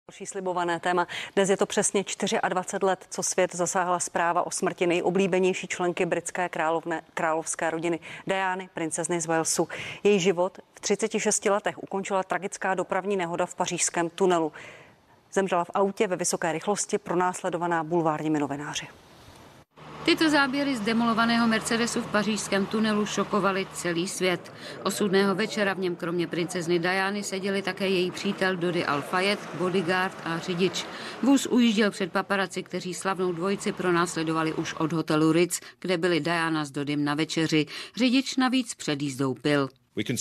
Další slibované téma. Dnes je to přesně 24 let, co svět zasáhla zpráva o smrti nejoblíbenější členky britské královské rodiny Diany, princezny z Walesu. Její život v 36 letech ukončila tragická dopravní nehoda v pařížském tunelu. Zemřela v autě ve vysoké rychlosti, pronásledovaná bulvárními novináři. Tyto záběry z demolovaného Mercedesu v pařížském tunelu šokovaly celý svět. Osudného večera v něm kromě princezny Diany seděli také její přítel Dodi Al-Fayed, bodyguard a řidič. Vůz ujížděl před paparaci, kteří slavnou dvojici pronásledovali už od hotelu Ritz, kde byli Diana s Dodim na večeři. Řidič navíc před jízdou pil.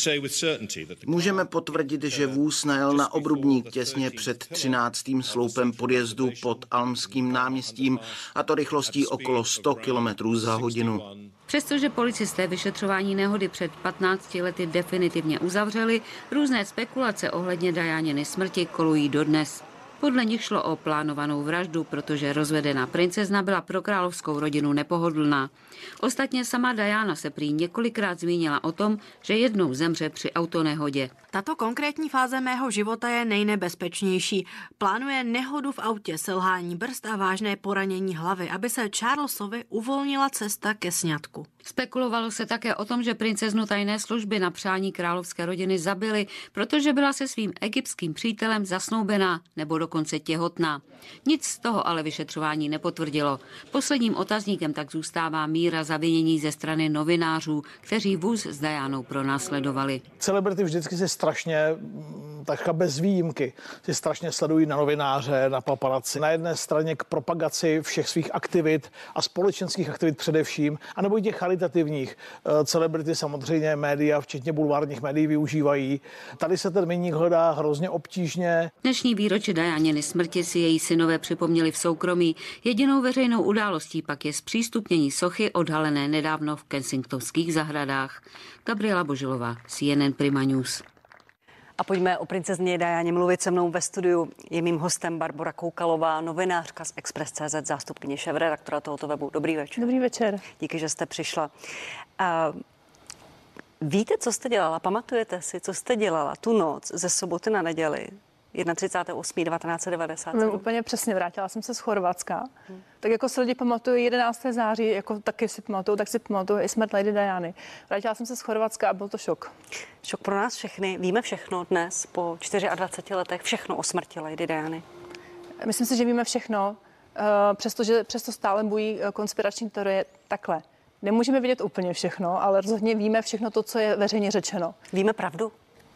Můžeme potvrdit, že vůz najel na obrubník těsně před 13. sloupem podjezdu pod Almským náměstím, a to rychlostí okolo 100 km za hodinu. Přestože policisté vyšetřování nehody před 15 lety definitivně uzavřeli, různé spekulace ohledně Dianiny smrti kolují dodnes. Podle nich šlo o plánovanou vraždu, protože rozvedená princezna byla pro královskou rodinu nepohodlná. Ostatně sama Diana se prý několikrát zmínila o tom, že jednou zemře při autonehodě. Tato konkrétní fáze mého života je nejnebezpečnější. Plánuje nehodu v autě, selhání brzd a vážné poranění hlavy, aby se Charlesovi uvolnila cesta ke sňatku. Spekulovalo se také o tom, že princeznu tajné služby na přání královské rodiny zabily, protože byla se svým egyptským přítelem zasnoubená nebo dokonce těhotná. Nic z toho ale vyšetřování nepotvrdilo. Posledním otazníkem tak zůstává míra zavinění ze strany novinářů, kteří vůz s Dianou pronásledovali. Celebrity vždycky se strašně, takhle bez výjimky, si strašně sledují na novináře, na paparaci. Na jedné straně k propagaci všech svých aktivit a společenských aktivit především, anebo i těch charitativních. Celebrity samozřejmě média, včetně bulvárních médií, využívají. Tady se ten milník hledá hrozně obtížně. Dnešní výročí Dianiny smrti si její synové připomněli v soukromí. Jedinou veřejnou událostí pak je zpřístupnění sochy odhalené nedávno v Kensingtonských zahradách. Gabriela Božilová, CNN Prima News. A pojďme o princezně Dianě mluvit se mnou ve studiu. Je mým hostem Barbora Koukalová, novinářka z Express.cz, zástupkyně šéfredaktora tohoto webu. Dobrý večer. Dobrý večer. Díky, že jste přišla. Víte, co jste dělala? Pamatujete si, co jste dělala tu noc ze soboty na neděli? 31.8.1990. Úplně přesně, vrátila jsem se z Chorvatska. Tak jako si lidi pamatuju 11. září, jako taky si pamatuju, tak si pamatuju i smrt Lady Diany. Vrátila jsem se z Chorvatska a byl to šok. Šok pro nás všechny. Víme všechno dnes po 24 letech, všechno o smrti Lady Diany. Myslím si, že víme všechno, přesto stále bují konspirační teorie takhle. Nemůžeme vidět úplně všechno, ale rozhodně víme všechno to, co je veřejně řečeno. Víme pravdu?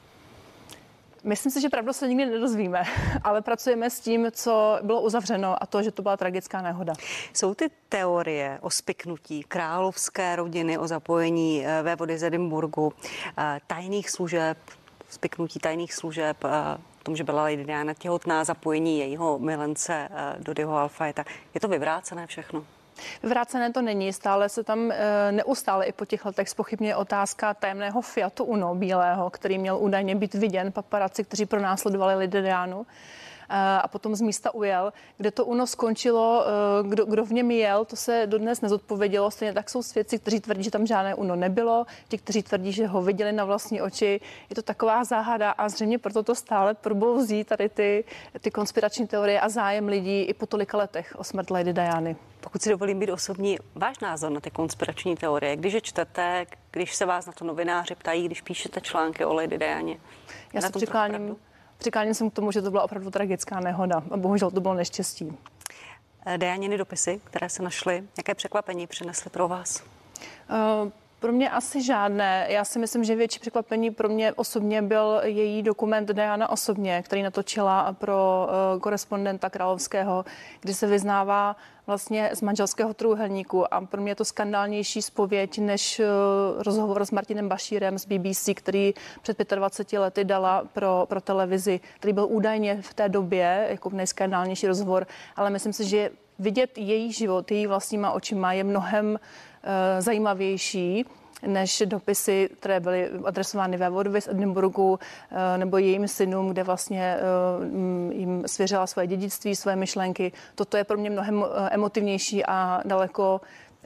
Myslím si, že pravdu se nikdy nedozvíme, ale pracujeme s tím, co bylo uzavřeno, a to, že to byla tragická nehoda. Jsou ty teorie o spiknutí královské rodiny, o zapojení vévody z Edinburghu, tajných služeb, spiknutí tajných služeb, o tom, že byla Lady Diana těhotná, zapojení jejího milence Dodiho Al-Fayeda. Je to vyvrácené všechno? Vyvrácené to není, stále se tam neustále i po těch letech zpochybňuje otázka tajemného Fiatu Uno bílého, který měl údajně být viděn paparaci, kteří pronásledovali Lady Dianu, a potom z místa ujel. Kde to Uno skončilo, kdo v něm jel, to se dodnes nezodpovědělo. Stejně tak jsou svědci, kteří tvrdí, že tam žádné Uno nebylo, ti, kteří tvrdí, že ho viděli na vlastní oči. Je to taková záhada a zřejmě proto to stále probouzí tady ty konspirační teorie a zájem lidí i po tolika letech o smrt Lady Diany. Pokud si dovolím být osobní, váš názor na ty konspirační teorie, když je čtete, když se vás na to novináři ptají, když píšete články o Lady Dianě? Já se přikláním jsem k tomu, že to byla opravdu tragická nehoda a bohužel to bylo neštěstí. Dianiny dopisy, které se našly, jaké překvapení přinesly pro vás? Pro mě asi žádné. Já si myslím, že větší překvapení pro mě osobně byl její dokument Diana osobně, který natočila pro korespondenta královského, kdy se vyznává vlastně z manželského trůhelníku, a pro mě je to skandálnější zpověď než rozhovor s Martinem Bashirem z BBC, který před 25 lety dala pro televizi, který byl údajně v té době jako nejskandálnější rozhovor, ale myslím si, že vidět její život, její vlastníma očima je mnohem zajímavější než dopisy, které byly adresovány vévodovi z Edinburghu nebo jejím synům, kde vlastně jim svěřila svoje dědictví, své myšlenky. Toto je pro mě mnohem emotivnější a daleko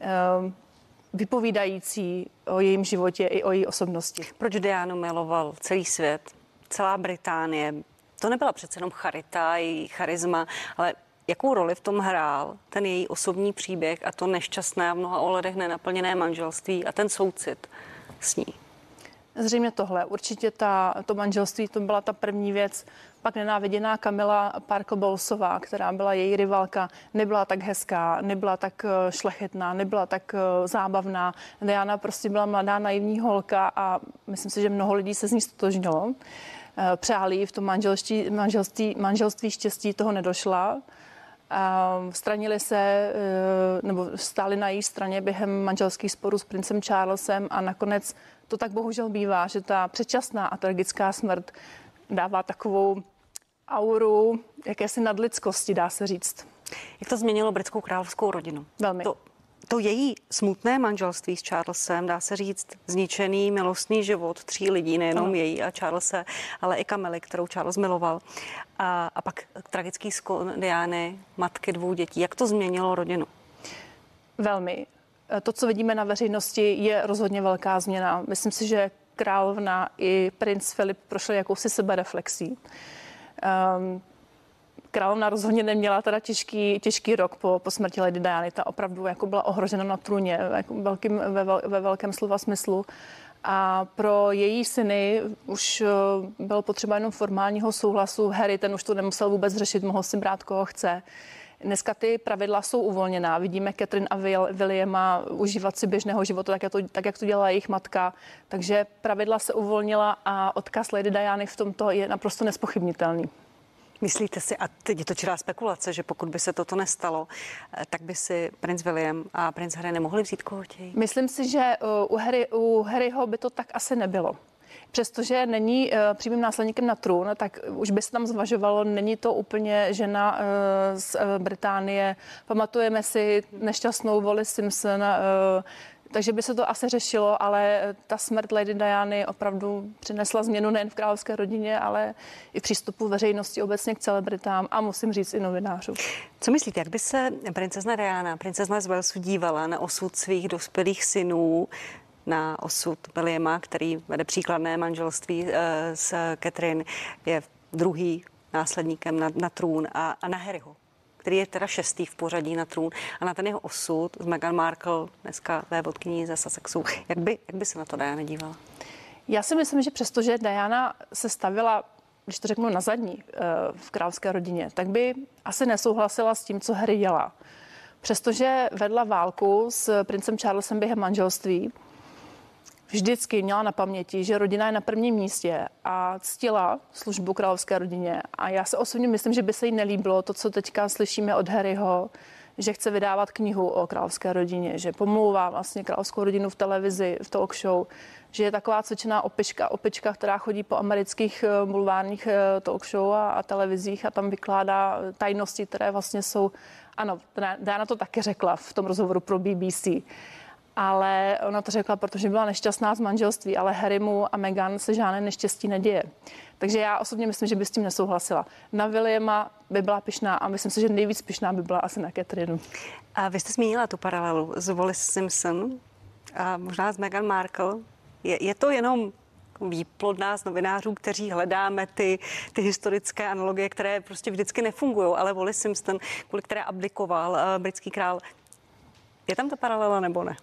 vypovídající o jejím životě i o její osobnosti. Proč Dianu miloval celý svět, celá Británie? To nebyla přece jenom charita, její charisma, ale jakou roli v tom hrál ten její osobní příběh a to nešťastné a v mnoha ohledech nenaplněné manželství a ten soucit s ní? Zřejmě tohle. Určitě to manželství, to byla ta první věc. Pak nenáviděná Camilla Parker Bowlesová, která byla její rivalka, nebyla tak hezká, nebyla tak šlechetná, nebyla tak zábavná. Diana prostě byla mladá, naivní holka a myslím si, že mnoho lidí se z ní ztotožnilo. Přáli jí v tom manželství štěstí, toho nedošla. Stranili se, nebo stáli na její straně během manželských sporů s princem Charlesem a nakonec to tak bohužel bývá, že ta předčasná a tragická smrt dává takovou auru jakési nadlidskosti, dá se říct. Jak to změnilo britskou královskou rodinu? Velmi. To její smutné manželství s Charlesem, dá se říct, zničený milostný život 3 lidí, nejenom její a Charlese, ale i Camily, kterou Charles miloval. A pak tragický skon Diany, matky 2 dětí. Jak to změnilo rodinu? Velmi. To, co vidíme na veřejnosti, je rozhodně velká změna. Myslím si, že královna i princ Filip prošli jakousi sebereflexí. Královna rozhodně neměla teda těžký rok po smrti Lady Diany. Ta opravdu jako byla ohrožena na trůně ve velkém slova smyslu. A pro její syny už bylo potřeba jenom formálního souhlasu. Harry, ten už to nemusel vůbec řešit, mohl si brát, koho chce. Dneska ty pravidla jsou uvolněná. Vidíme Catherine a Williama užívat si běžného života, tak jak to dělala jejich matka. Takže pravidla se uvolnila a odkaz Lady Diany v tomto je naprosto nespochybnitelný. Myslíte si, a teď je to čirá spekulace, že pokud by se toto nestalo, tak by si princ William a princ Harry nemohli vzít, koho chtějí? Myslím si, že u Harryho by to tak asi nebylo. Přestože není přímým následníkem na trůn, tak už by se tam zvažovalo, není to úplně žena z Británie. Pamatujeme si nešťastnou Wallis Simpson, takže by se to asi řešilo, ale ta smrt Lady Diany opravdu přinesla změnu nejen v královské rodině, ale i v přístupu veřejnosti obecně k celebritám a musím říct i novinářům. Co myslíte, jak by se princezna Diana, princezna z Walesu dívala na osud svých dospělých synů, na osud Williama, který vede příkladné manželství s Catherine, je druhý následníkem na trůn a na Harryho, který je teda 6. v pořadí na trůn a na ten jeho osud s Meghan Markle, dneska vévodkyní ze Sussexu. Jak by se na to Diana dívala? Já si myslím, že přestože Diana se stavila, když to řeknu, na zadní v královské rodině, tak by asi nesouhlasila s tím, co Harry dělá. Přestože vedla válku s princem Charlesem během manželství, vždycky měla na paměti, že rodina je na prvním místě a ctila službu královské rodině. A já se osobně myslím, že by se jí nelíbilo to, co teďka slyšíme od Harryho, že chce vydávat knihu o královské rodině, že pomlouvá vlastně královskou rodinu v televizi, v talk show, že je taková cvičená opička, která chodí po amerických bulvárních talk show a televizích a tam vykládá tajnosti, které vlastně jsou, ano, Diana to taky řekla v tom rozhovoru pro BBC, ale ona to řekla, protože byla nešťastná z manželství, ale Harrymu a Meghan se žádné neštěstí neděje. Takže já osobně myslím, že by s tím nesouhlasila. Na Williama by byla pyšná a myslím si, že nejvíc pyšná by byla asi na Catherine. A vy jste zmínila tu paralelu s Wallis Simpson a možná s Meghan Markle. Je to jenom výplod nás novinářů, kteří hledáme ty historické analogie, které prostě vždycky nefungují, ale Wallis Simpson, kvůli které abdikoval britský král, je tam ta paralela nebo ne?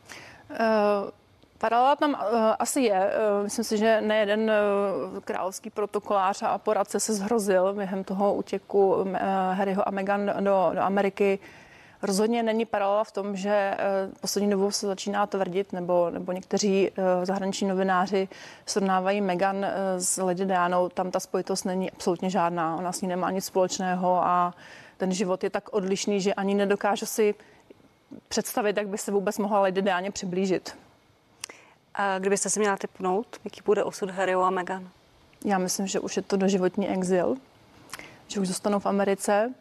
Paralela tam asi je. Myslím si, že nejeden královský protokolář a poradce se zhrozil během toho útěku Harryho a Meghan do Ameriky. Rozhodně není paralela v tom, že poslední dobou se začíná tvrdit, nebo někteří zahraniční novináři srovnávají Meghan s Lady Dianou. Tam ta spojitost není absolutně žádná. Ona s ní nemá nic společného a ten život je tak odlišný, že ani nedokážu si představit, jak by se vůbec mohla Lady Dianě přiblížit. A kdybyste si měla tipnout, jaký bude osud Harryho a Meghan? Já myslím, že už je to doživotní exil, že už zůstanou v Americe.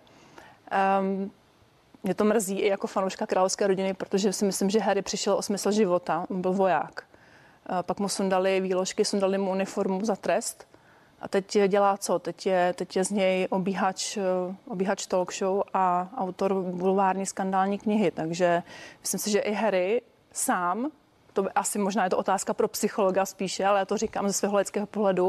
Mě to mrzí i jako fanouška královské rodiny, protože si myslím, že Harry přišel o smysl života. On byl voják. Pak mu sundali výložky, sundali mu uniformu za trest. A teď dělá co? Teď je z něj obíhač talk show a autor bulvární skandální knihy. Takže myslím si, že i Harry sám, to asi možná je to otázka pro psychologa spíše, ale já to říkám ze svého lidského pohledu,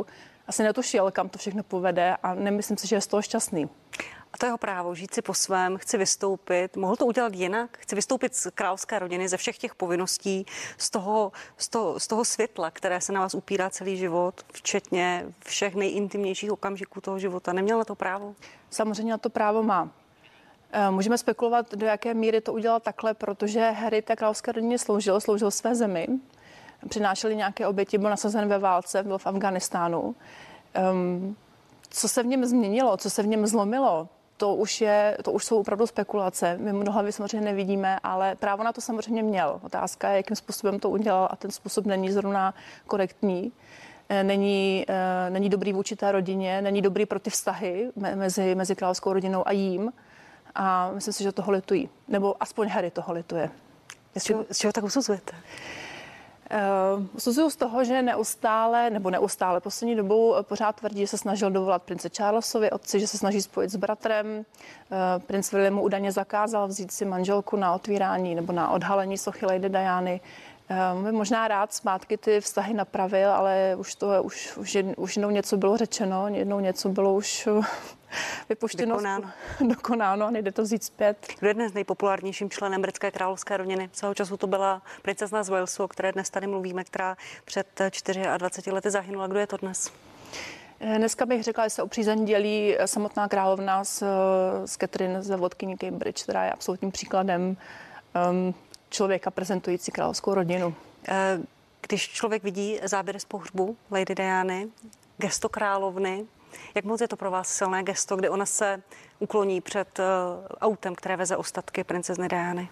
asi netušil, kam to všechno povede a nemyslím si, že je z toho šťastný. A to jeho právo, žít si po svém, chci vystoupit. Mohl to udělat jinak? Chci vystoupit z královské rodiny, ze všech těch povinností, z toho světla, které se na vás upírá celý život, včetně všech nejintimnějších okamžiků toho života. Neměl na to právo? Samozřejmě na to právo má. Můžeme spekulovat, do jaké míry to udělal takhle, protože Harry té královské rodině sloužil své zemi. Přinášeli nějaké oběti, byl nasazen ve válce, byl v Afghánistánu. Co se v něm změnilo, co se v něm zlomilo, to už jsou opravdu spekulace. My mnoha věcí samozřejmě nevidíme, ale právo na to samozřejmě měl. Otázka je, jakým způsobem to udělal a ten způsob není zrovna korektní. Není dobrý vůči té rodině, není dobrý pro ty vztahy mezi královskou rodinou a jím. A myslím si, že toho litují. Nebo aspoň Harry toho lituje. Z čeho tak usuzujete? Usuzuju z toho, že neustále, poslední dobou pořád tvrdí, že se snažil dovolat prince Charlesovi otci, že se snaží spojit s bratrem. Princ William mu údajně zakázal vzít si manželku na otvírání nebo na odhalení sochy Lady Diany. Možná rád zpátky ty vztahy napravil, ale už jednou něco bylo řečeno, jednou něco bylo už vypuštěno, dokonáno a nejde to vzít zpět. Kdo je dnes nejpopulárnějším členem britské královské rodiny? Svého času to byla princezna z Walesu, o které dnes tady mluvíme, která před 24 lety zahynula. Kdo je to dnes? Dneska bych řekla, že se o přízeň dělí samotná královna s Catherine ze vodkyní Cambridge, která je absolutním příkladem člověka prezentující královskou rodinu. Když člověk vidí záběry z pohřbu Lady Diany, gesto královny, jak moc je to pro vás silné gesto, kdy ona se ukloní před autem, které veze ostatky princezny Diany?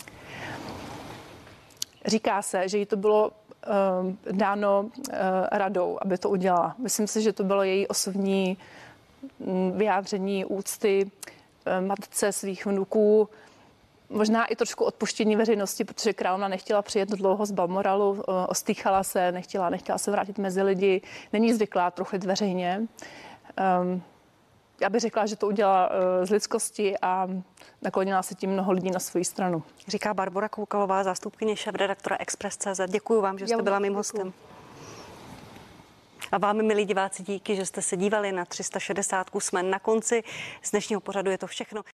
Říká se, že jí to bylo dáno radou, aby to udělala. Myslím si, že to bylo její osobní vyjádření úcty matce svých vnuků, možná i trošku odpuštění veřejnosti, protože královna nechtěla přijet dlouho z Balmoralu, ostýchala se, nechtěla se vrátit mezi lidi, není zvyklá truchlit veřejně. Já bych řekla, že to udělala z lidskosti a naklonila se tím mnoho lidí na svou stranu. Říká Barbora Koukalová, zástupkyně šéfredaktora Express.cz. Děkuji vám, že jste byla mým hostem. A vám, milí diváci, díky, že jste se dívali na 360. Jsme na konci. Z dnešního pořadu je to všechno.